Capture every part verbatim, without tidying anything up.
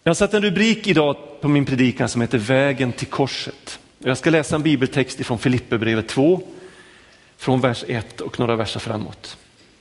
Jag har satt en rubrik idag på min predikan som heter Vägen till korset. Jag ska läsa en bibeltext från Filipperbrevet två, från vers ett och några verser framåt.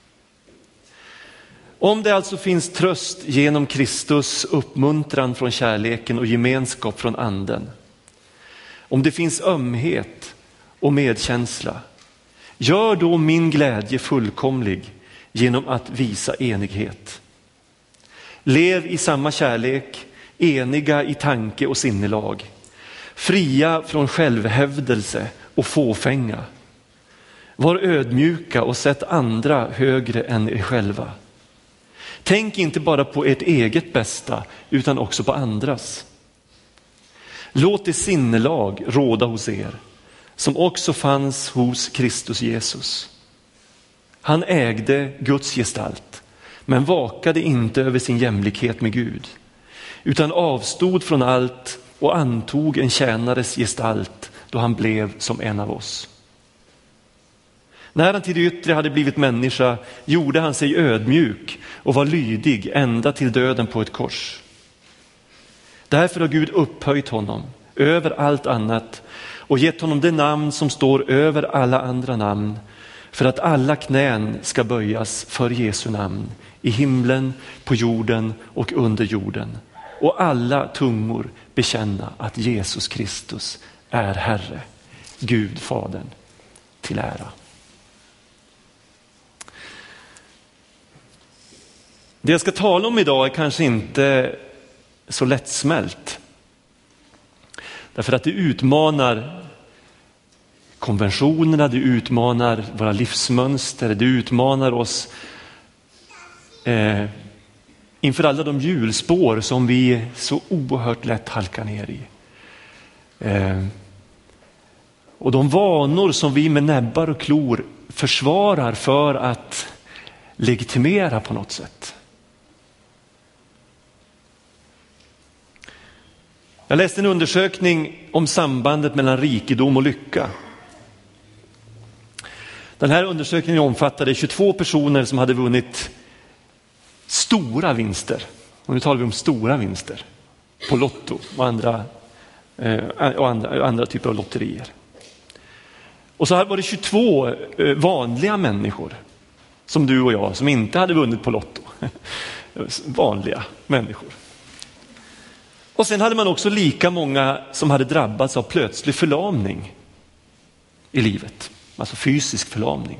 Om det alltså finns tröst genom Kristus, uppmuntran från kärleken och gemenskap från anden. Om det finns ömhet och medkänsla, gör då min glädje fullkomlig genom att visa enighet. Lev i samma kärlek, eniga i tanke och sinnelag, fria från självhävdelse och fåfänga. Var ödmjuka och sätt andra högre än er själva. Tänk inte bara på ert eget bästa utan också på andras. Låt det sinnelag råda hos er som också fanns hos Kristus Jesus. Han ägde Guds gestalt men vakade inte över sin jämlikhet med Gud, utan avstod från allt och antog en tjänares gestalt då han blev som en av oss. När han till det yttre hade blivit människa gjorde han sig ödmjuk och var lydig ända till döden på ett kors. Därför har Gud upphöjt honom över allt annat och gett honom det namn som står över alla andra namn, för att alla knän ska böjas för Jesu namn i himlen, på jorden och under jorden, och alla tungor bekänna att Jesus Kristus är Herre, Gud Fadern till ära. Det jag ska tala om idag är kanske inte så lättsmält. Därför att det utmanar konventionerna, det utmanar våra livsmönster, det utmanar oss eh, inför alla de hjulspår som vi så oerhört lätt halkar ner i. Eh, och de vanor som vi med näbbar och klor försvarar för att legitimera på något sätt. Jag läste en undersökning om sambandet mellan rikedom och lycka. Den här undersökningen omfattade tjugotvå personer som hade vunnit stora vinster. Och nu talar vi om stora vinster på Lotto och andra, eh, och andra, andra typer av lotterier. Och så här var det tjugotvå eh, vanliga människor som du och jag som inte hade vunnit på Lotto. Vanliga människor. Och sen hade man också lika många som hade drabbats av plötslig förlamning i livet. Alltså fysisk förlamning.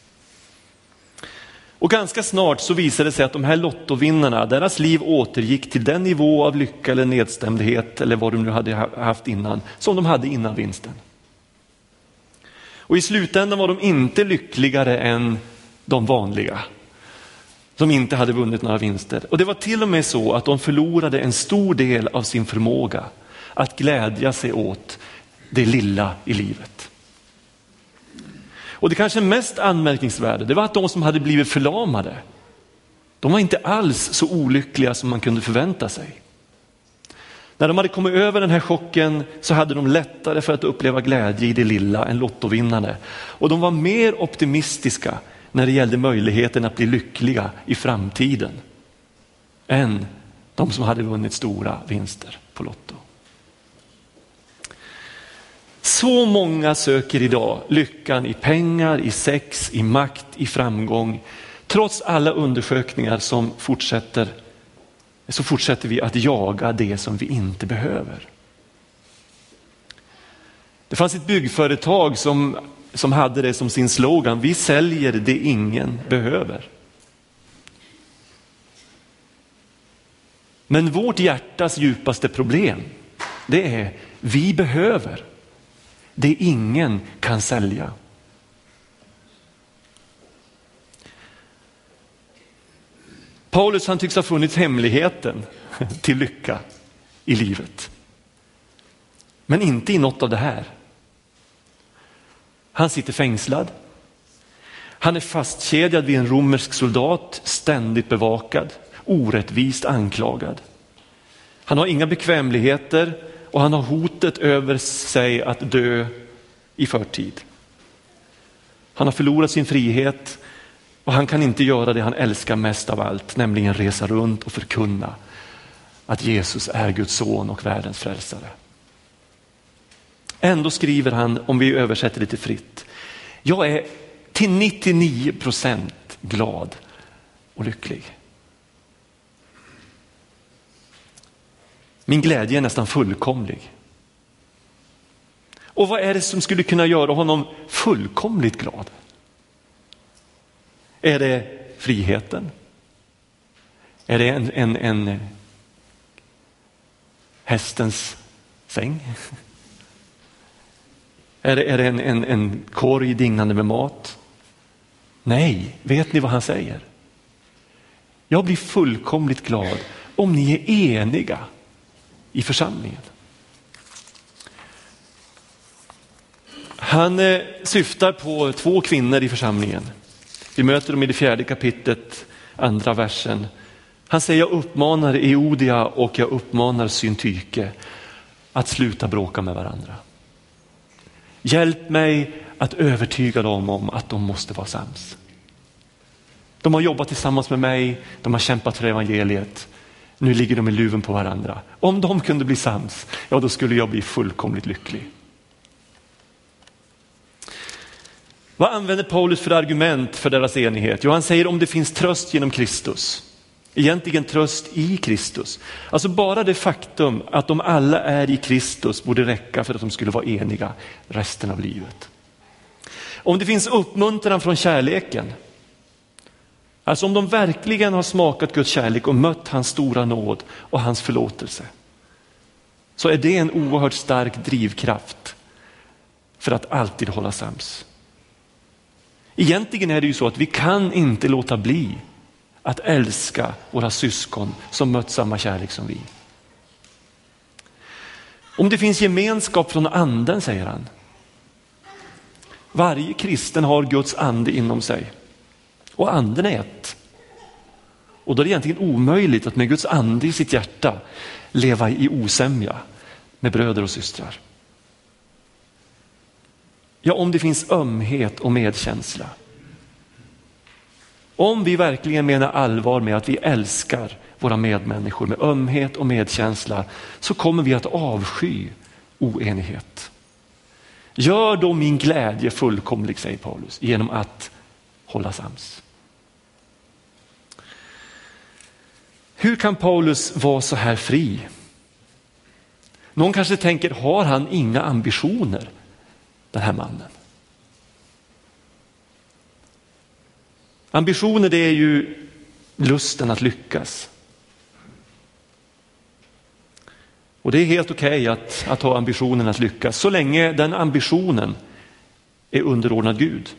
Och ganska snart så visade det sig att de här lottovinnarna, deras liv återgick till den nivå av lycka eller nedstämdhet eller vad de nu hade haft innan, som de hade innan vinsten. Och i slutändan var de inte lyckligare än de vanliga som inte hade vunnit några vinster. Och det var till och med så att de förlorade en stor del av sin förmåga att glädja sig åt det lilla i livet. Och det kanske mest anmärkningsvärda, det var att de som hade blivit förlamade, de var inte alls så olyckliga som man kunde förvänta sig. När de hade kommit över den här chocken så hade de lättare för att uppleva glädje i det lilla än lottovinnare. Och de var mer optimistiska när det gällde möjligheten att bli lyckliga i framtiden än de som hade vunnit stora vinster på Lotto. Så många söker idag lyckan i pengar, i sex, i makt, i framgång. Trots alla undersökningar som fortsätter, så fortsätter vi att jaga det som vi inte behöver. Det fanns ett byggföretag som, som hade det som sin slogan: vi säljer det ingen behöver. Men vårt hjärtas djupaste problem, det är vi behöver det ingen kan sälja. Paulus, han tycks ha funnit hemligheten till lycka i livet. Men inte i något av det här. Han sitter fängslad. Han är fastkedjad vid en romersk soldat, ständigt bevakad, orättvist anklagad. Han har inga bekvämligheter och han har hotet över sig att dö i förtid. Han har förlorat sin frihet och han kan inte göra det han älskar mest av allt, nämligen resa runt och förkunna att Jesus är Guds son och världens frälsare. Ändå skriver han, om vi översätter lite fritt: jag är till nittionio procent glad och lycklig. Min glädje är nästan fullkomlig. Och vad är det som skulle kunna göra honom fullkomligt glad? Är det friheten? Är det en, en, en hästens säng? Är det, är det en, en, en korg dignande med mat? Nej, vet ni vad han säger? Jag blir fullkomligt glad om ni är eniga i församlingen. Han eh, syftar på två kvinnor i församlingen. Vi möter dem i det fjärde kapitlet, andra versen. Han säger: jag uppmanar Euodia och jag uppmanar Syntyke att sluta bråka med varandra. Hjälp mig att övertyga dem om att de måste vara sams. De har jobbat tillsammans med mig, de har kämpat för evangeliet. Nu ligger de i luven på varandra. Om de kunde bli sams, ja då skulle jag bli fullkomligt lycklig. Vad använder Paulus för argument för deras enighet? Jo, han säger om det finns tröst genom Kristus. Egentligen tröst i Kristus. Alltså bara det faktum att de alla är i Kristus borde räcka för att de skulle vara eniga resten av livet. Om det finns uppmuntran från kärleken. Alltså om de verkligen har smakat Guds kärlek och mött hans stora nåd och hans förlåtelse. Så är det en oerhört stark drivkraft för att alltid hålla sams. Egentligen är det ju så att vi kan inte låta bli att älska våra syskon som mött samma kärlek som vi. Om det finns gemenskap från anden, säger han. Varje kristen har Guds ande inom sig. Och anden är ett. Och då är det egentligen omöjligt att med Guds ande i sitt hjärta leva i osämja med bröder och systrar. Ja, om det finns ömhet och medkänsla. Om vi verkligen menar allvar med att vi älskar våra medmänniskor med ömhet och medkänsla, så kommer vi att avsky oenighet. Gör då min glädje fullkomlig, säger Paulus, genom att hålla sams. Hur kan Paulus vara så här fri? Någon kanske tänker, har han inga ambitioner, den här mannen? Ambitioner, det är ju lusten att lyckas. Och det är helt okej att, att ha ambitionen att lyckas, så länge den ambitionen är underordnad Gud.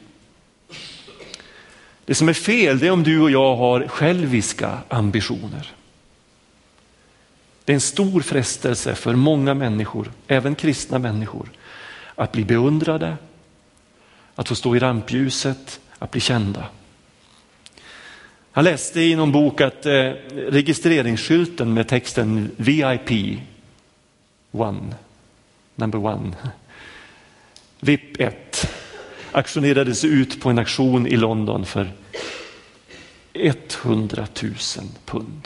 Det som är fel, det är om du och jag har själviska ambitioner. Det är en stor frestelse för många människor, även kristna människor, att bli beundrade, att få stå i rampljuset, att bli kända. Jag läste i någon bok att eh, registreringsskylten med texten V I P one, number one, V I P ett, auktionerades ut på en auktion i London för hundratusen pund.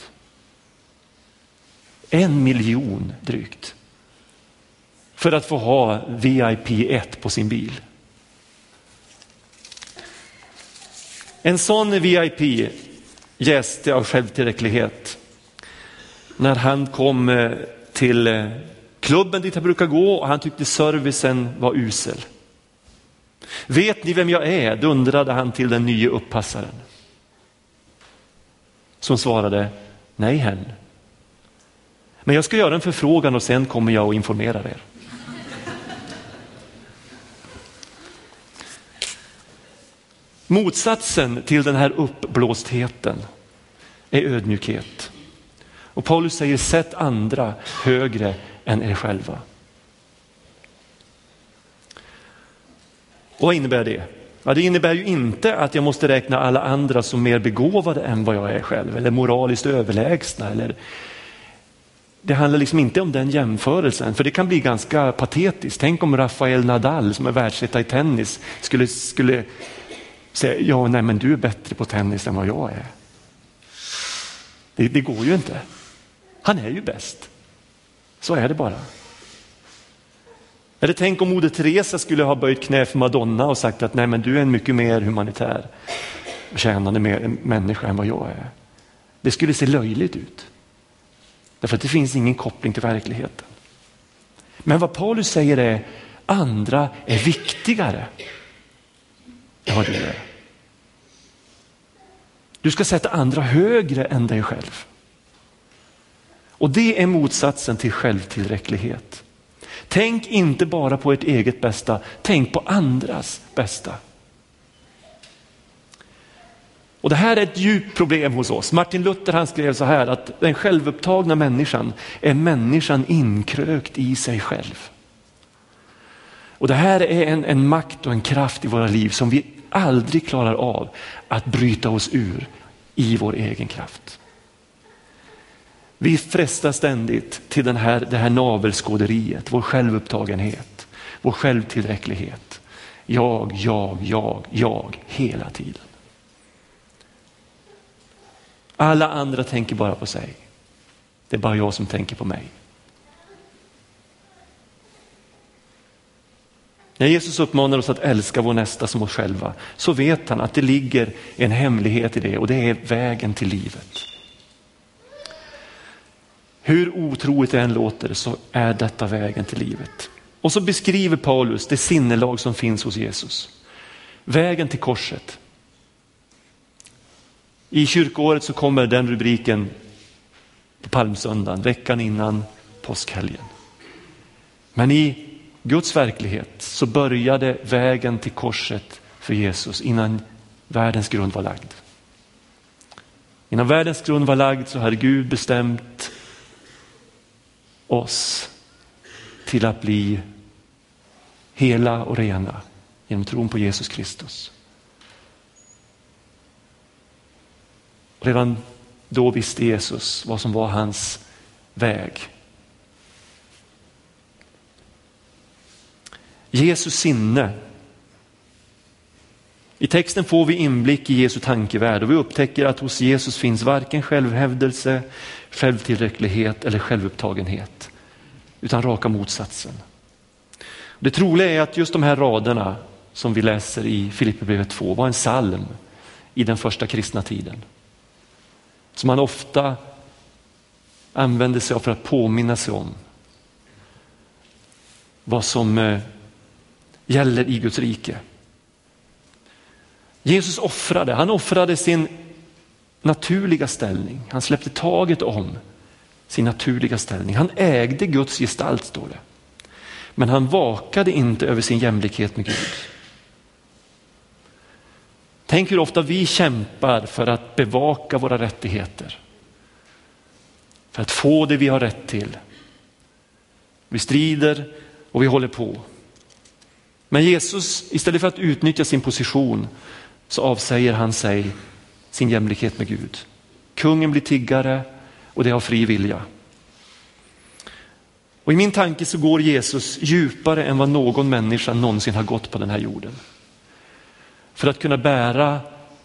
En miljon drygt. För att få ha V I P ett på sin bil. En sån V I P gäste av självtillräcklighet. När han kom till klubben dit han brukar gå och han tyckte servicen var usel. Vet ni vem jag är? Dundrade han till den nya upppassaren. Som svarade, nej herrn. Men jag ska göra en förfrågan och sen kommer jag att informera er. Motsatsen till den här uppblåstheten är ödmjukhet. Och Paulus säger, sätt andra högre än er själva. Och vad innebär det? Ja, det innebär ju inte att jag måste räkna alla andra som mer begåvade än vad jag är själv. Eller moraliskt överlägsna. Eller... Det handlar liksom inte om den jämförelsen. För det kan bli ganska patetiskt. Tänk om Rafael Nadal som är världsetta i tennis skulle... skulle säga, ja nej men du är bättre på tennis än vad jag är. Det, det går ju inte. Han är ju bäst. Så är det bara. Eller tänk om Moder Teresa skulle ha böjt knä för Madonna och sagt att nej, men du är en mycket mer humanitär och tjänande människa än vad jag är. Det skulle se löjligt ut. Därför att det finns ingen koppling till verkligheten. Men vad Paulus säger är, andra är viktigare än vad du är. Du ska sätta andra högre än dig själv. Och det är motsatsen till självtillräcklighet. Tänk inte bara på ert eget bästa, tänk på andras bästa. Och det här är ett djupt problem hos oss. Martin Luther, han skrev så här, att den självupptagna människan är människan inkrökt i sig själv. Och det här är en, en makt och en kraft i våra liv som vi aldrig klarar av att bryta oss ur i vår egen kraft. Vi frestas ständigt till den här, det här navelskåderiet, vår självupptagenhet, vår självtillräcklighet. Jag, jag, jag, jag, hela tiden. Alla andra tänker bara på sig. Det är bara jag som tänker på mig. När Jesus uppmanar oss att älska vår nästa som oss själva, så vet han att det ligger en hemlighet i det, och det är vägen till livet. Hur otroligt det än låter, så är detta vägen till livet. Och så beskriver Paulus det sinnelag som finns hos Jesus. Vägen till korset. I kyrkoåret så kommer den rubriken på palmsöndagen, veckan innan påskhelgen. Men i Guds verklighet så började vägen till korset för Jesus innan världens grund var lagd. Innan världens grund var lagd så hade Gud bestämt oss till att bli hela och rena genom tron på Jesus Kristus. Redan då visste Jesus vad som var hans väg. Jesus sinne. I texten får vi inblick i Jesu tankevärld och vi upptäcker att hos Jesus finns varken självhävdelse, självtillräcklighet eller självupptagenhet, utan raka motsatsen. Det troliga är att just de här raderna som vi läser i Filipperbrevet två var en psalm i den första kristna tiden, som man ofta använde sig av för att påminna sig om vad som gäller i Guds rike. Jesus offrade, han offrade sin naturliga ställning. Han släppte taget om sin naturliga ställning. Han ägde Guds gestalt, står det. Men han vakade inte över sin jämlikhet med Gud. Tänk hur ofta vi kämpar för att bevaka våra rättigheter. För att få det vi har rätt till. Vi strider och vi håller på. Men Jesus, istället för att utnyttja sin position, så avsäger han sig sin jämlikhet med Gud. Kungen blir tiggare och det har fri vilja. Och i min tanke så går Jesus djupare än vad någon människa någonsin har gått på den här jorden. För att kunna bära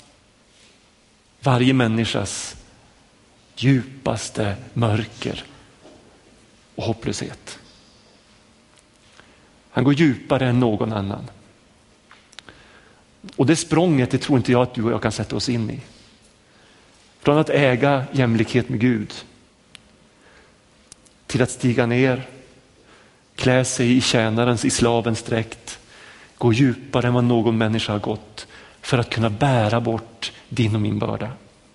varje människas djupaste mörker och hopplöshet. Han går djupare än någon annan. Och det språnget, det tror inte jag att du och jag kan sätta oss in i. Från att äga jämlikhet med Gud till att stiga ner, klä sig i tjänarens, i slavens dräkt, gå djupare än vad någon människa har gått för att kunna bära bort din och min börda.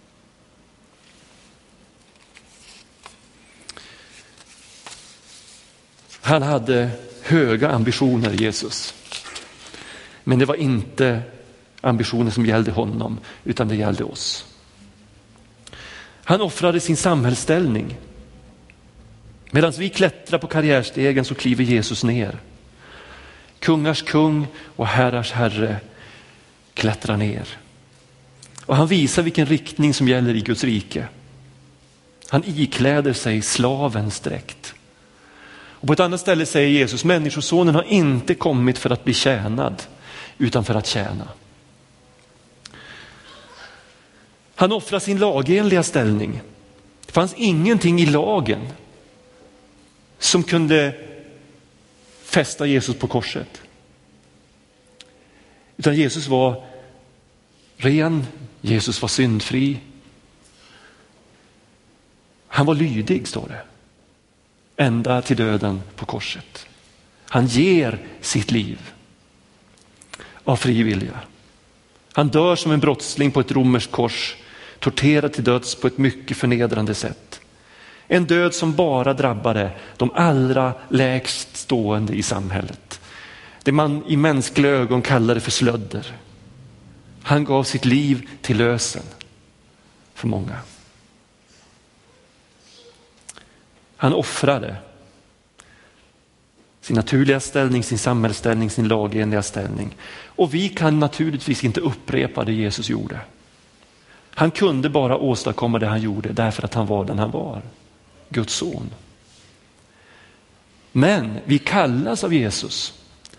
Han hade höga ambitioner, Jesus. Men det var inte ambitioner som gällde honom, utan det gällde oss. Han offrade sin samhällsställning. Medan vi klättrar på karriärstegen så kliver Jesus ner. Kungars kung och herrars herre klättrar ner. Och han visar vilken riktning som gäller i Guds rike. Han ikläder sig slavens dräkt. Och på ett annat ställe säger Jesus, människosonen har inte kommit för att bli tjänad, utan för att tjäna. Han offrar sin lagenliga ställning Det fanns ingenting i lagen som kunde fästa Jesus på korset. Utan Jesus var ren, Jesus var syndfri. Han var lydig, står det. Ända till döden på korset. Han ger sitt liv av fri vilja. Han dör som en brottsling på ett romerskt kors, torterad till döds på ett mycket förnedrande sätt. En död som bara drabbade de allra lägst stående i samhället. Det man i mänskliga ögon kallade för slödder. Han gav sitt liv till lösen för många. Han offrade sin naturliga ställning, sin samhällsställning, sin lagenliga ställning. Och vi kan naturligtvis inte upprepa det Jesus gjorde. Han kunde bara åstadkomma det han gjorde därför att han var den han var. Guds son. Men vi kallas av Jesus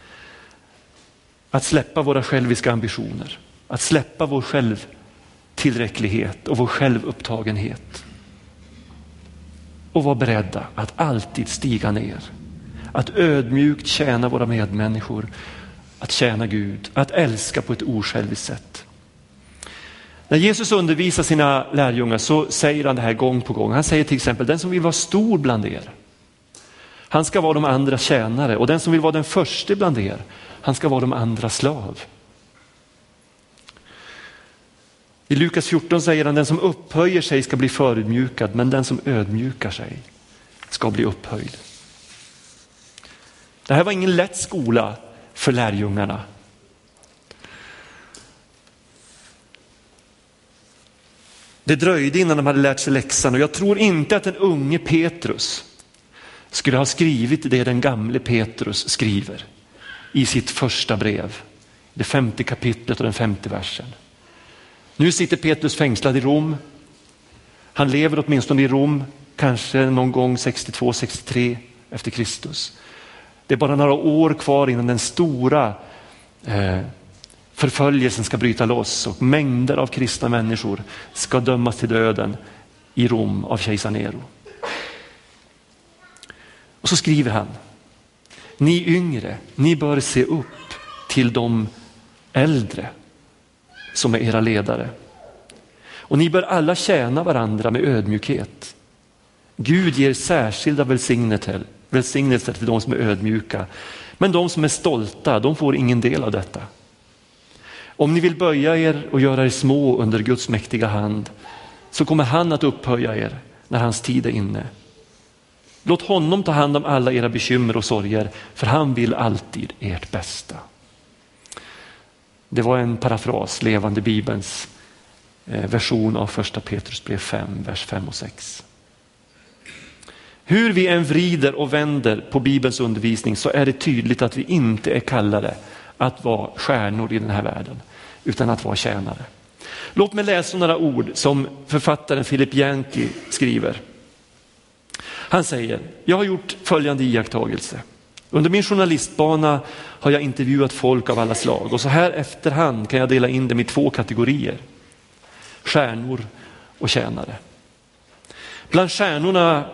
att släppa våra själviska ambitioner. Att släppa vår självtillräcklighet och vår självupptagenhet. Och vara beredda att alltid stiga ner. Att ödmjukt tjäna våra medmänniskor. Att tjäna Gud. Att älska på ett osjälviskt sätt. När Jesus undervisar sina lärjungar så säger han det här gång på gång. Han säger till exempel, den som vill vara stor bland er, han ska vara de andra tjänare. Och den som vill vara den första bland er, han ska vara de andra slav. I Lukas fjorton säger han, den som upphöjer sig ska bli förödmjukad, men den som ödmjukar sig ska bli upphöjd. Det här var ingen lätt skola för lärjungarna. Det dröjde innan de hade lärt sig läxan, och jag tror inte att den unge Petrus skulle ha skrivit det den gamle Petrus skriver i sitt första brev, det femte kapitlet och den femte versen. Nu sitter Petrus fängslad i Rom. Han lever åtminstone i Rom, kanske någon gång sextiotvå sextiotre efter Kristus. Det är bara några år kvar innan den stora eh, förföljelsen ska bryta loss och mängder av kristna människor ska dömas till döden i Rom av kejsar Nero. Och så skriver han, ni yngre, ni bör se upp till de äldre som är era ledare. Och ni bör alla tjäna varandra med ödmjukhet. Gud ger särskilda välsignelser, välsignelser till de som är ödmjuka. Men de som är stolta, de får ingen del av detta. Om ni vill böja er och göra er små under Guds mäktiga hand, så kommer han att upphöja er när hans tid är inne. Låt honom ta hand om alla era bekymmer och sorger, för han vill alltid ert bästa. Det var en parafras, levande Bibelns version av första Petrus brev fem, vers fem och sex. Hur vi än vrider och vänder på Bibelns undervisning så är det tydligt att vi inte är kallade att vara stjärnor i den här världen, utan att vara tjänare. Låt mig läsa några ord som författaren Philip Yankee skriver. Han säger, jag har gjort följande iakttagelse. Under min journalistbana har jag intervjuat folk av alla slag, och så här efterhand kan jag dela in dem i två kategorier. Stjärnor och tjänare. Bland stjärnorna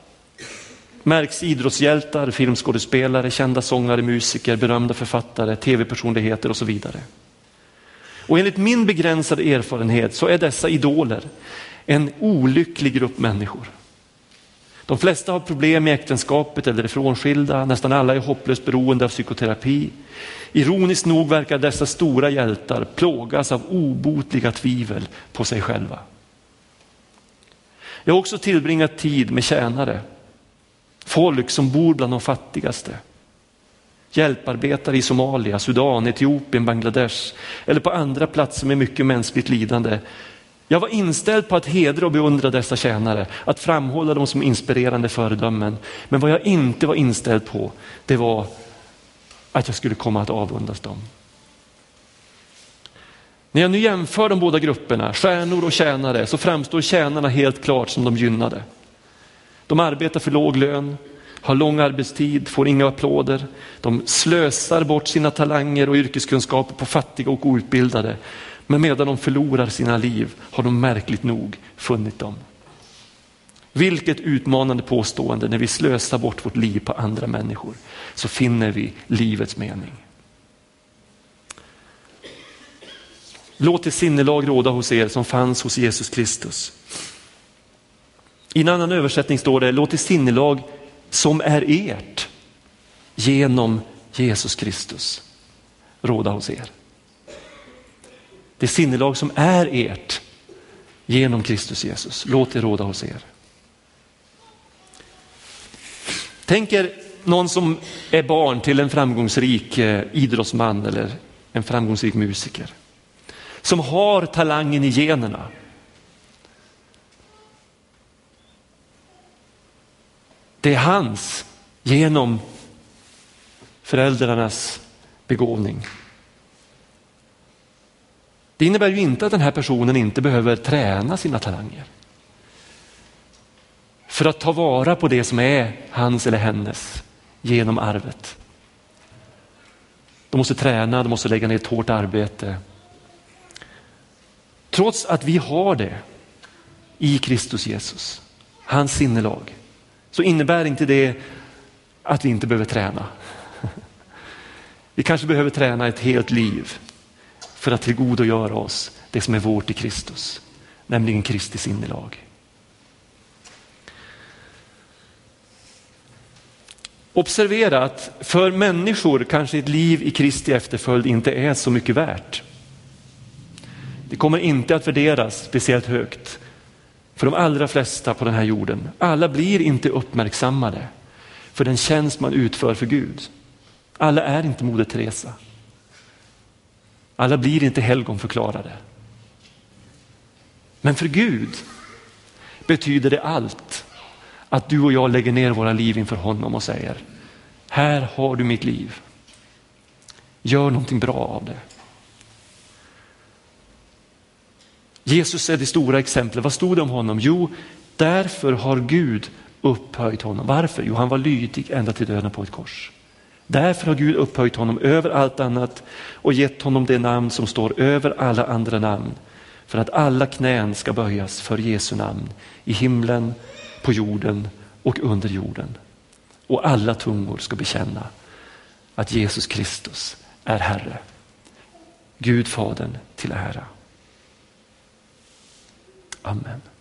märks idrottshjältar, filmskådespelare, kända sångare, musiker, berömda författare, tv-personligheter och så vidare. Och enligt min begränsade erfarenhet så är dessa idoler en olycklig grupp människor. De flesta har problem i äktenskapet eller är frånskilda. Nästan alla är hopplöst beroende av psykoterapi. Ironiskt nog verkar dessa stora hjältar plågas av obotliga tvivel på sig själva. Jag har också tillbringat tid med tjänare. Folk som bor bland de fattigaste. Hjälparbetare i Somalia, Sudan, Etiopien, Bangladesh eller på andra platser med mycket mänskligt lidande. Jag var inställd på att hedra och beundra dessa tjänare, att framhålla dem som inspirerande föredömen. Men vad jag inte var inställd på, det var att jag skulle komma att avundas dem. När jag nu jämför de båda grupperna, stjärnor och tjänare, så framstår tjänarna helt klart som de gynnade. De arbetar för låg lön, har lång arbetstid, får inga applåder. De slösar bort sina talanger och yrkeskunskaper på fattiga och outbildade. Men medan de förlorar sina liv har de märkligt nog funnit dem. Vilket utmanande påstående. När vi slösar bort vårt liv på andra människor så finner vi livets mening. Låt det sinnelag råda hos er som fanns hos Jesus Kristus. I en annan översättning står det: låt det sinnelag som är ert genom Jesus Kristus råda hos er. Det sinnelag som är ert genom Kristus Jesus. Låt det råda hos er. Tänk er någon som är barn till en framgångsrik idrottsman eller en framgångsrik musiker. Som har talangen i generna. Det är hans genom föräldrarnas begåvning. Det innebär ju inte att den här personen inte behöver träna sina talanger. För att ta vara på det som är hans eller hennes genom arvet. De måste träna, de måste lägga ner ett hårt arbete. Trots att vi har det i Kristus Jesus, hans sinnelag, så innebär inte det att vi inte behöver träna. Vi kanske behöver träna ett helt liv för att tillgodogöra oss det som är vårt i Kristus, nämligen Kristi sinnelag. Observera att för människor kanske ett liv i Kristi efterföljd inte är så mycket värt. Det kommer inte att värderas speciellt högt för de allra flesta på den här jorden. Alla blir inte uppmärksammade för den tjänst man utför för Gud. Alla är inte Moder Teresa. Alla blir inte helgonförklarade. Men för Gud betyder det allt att du och jag lägger ner våra liv inför honom och säger: här har du mitt liv. Gör någonting bra av det. Jesus är det stora exemplet. Vad stod det om honom? Jo, därför har Gud upphöjt honom. Varför? Jo, han var lydig ända till döden på ett kors. Därför har Gud upphöjt honom över allt annat och gett honom det namn som står över alla andra namn. För att alla knän ska böjas för Jesu namn i himlen, på jorden och under jorden. Och alla tungor ska bekänna att Jesus Kristus är Herre. Gud Fadern till ära. Amen.